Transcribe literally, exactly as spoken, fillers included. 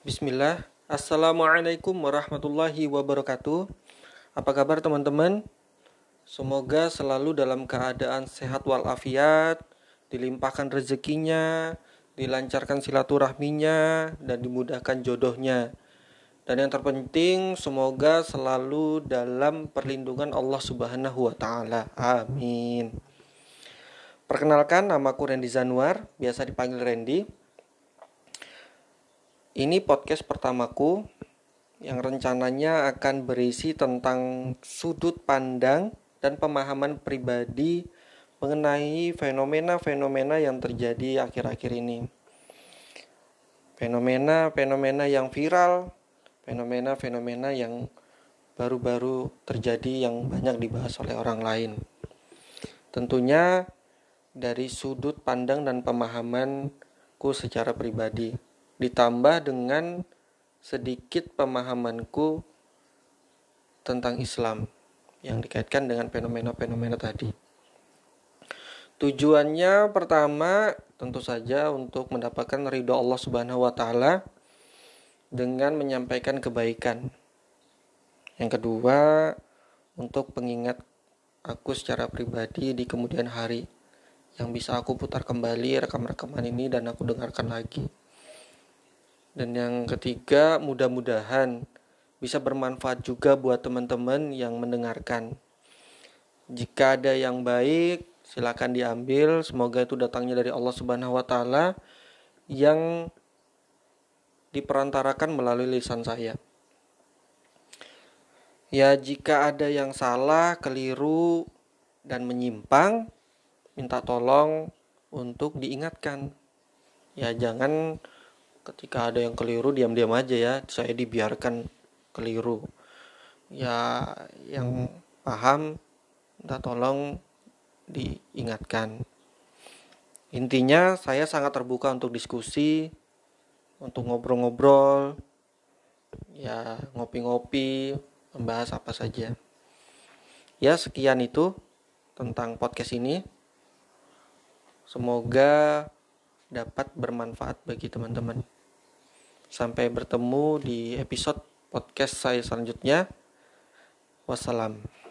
Bismillah. Assalamualaikum warahmatullahi wabarakatuh. Apa kabar teman-teman? Semoga selalu dalam keadaan sehat walafiat, dilimpahkan rezekinya, dilancarkan silaturahminya, dan dimudahkan jodohnya. Dan yang terpenting, semoga selalu dalam perlindungan Allah Subhanahu wa Ta'ala. Amin. Perkenalkan, namaku Randy Zanuar, biasa dipanggil Randy. Ini podcast pertamaku yang rencananya akan berisi tentang sudut pandang dan pemahaman pribadi mengenai fenomena-fenomena yang terjadi akhir-akhir ini. Fenomena-fenomena yang viral, fenomena-fenomena yang baru-baru terjadi yang banyak dibahas oleh orang lain. Tentunya dari sudut pandang dan pemahamanku secara pribadi, ditambah dengan sedikit pemahamanku tentang Islam yang dikaitkan dengan fenomena-fenomena tadi. Tujuannya pertama tentu saja untuk mendapatkan ridho Allah Subhanahu wa Ta'ala dengan menyampaikan kebaikan. Yang kedua, untuk pengingat aku secara pribadi di kemudian hari, yang bisa aku putar kembali rekam-rekaman ini dan aku dengarkan lagi. Dan yang ketiga, mudah-mudahan bisa bermanfaat juga buat teman-teman yang mendengarkan. Jika ada yang baik, silakan diambil. Semoga itu datangnya dari Allah Subhanahu wa Ta'ala yang diperantarakan melalui lisan saya. Ya, jika ada yang salah, keliru, dan menyimpang, minta tolong untuk diingatkan. Ya, jangan ketika ada yang keliru diam-diam aja ya, saya dibiarkan keliru. Ya, yang paham minta tolong diingatkan. Intinya saya sangat terbuka untuk diskusi, untuk ngobrol-ngobrol, ya ngopi-ngopi, membahas apa saja. Ya, sekian itu tentang podcast ini. Semoga dapat bermanfaat bagi teman-teman. Sampai bertemu di episode podcast saya selanjutnya. Wassalam.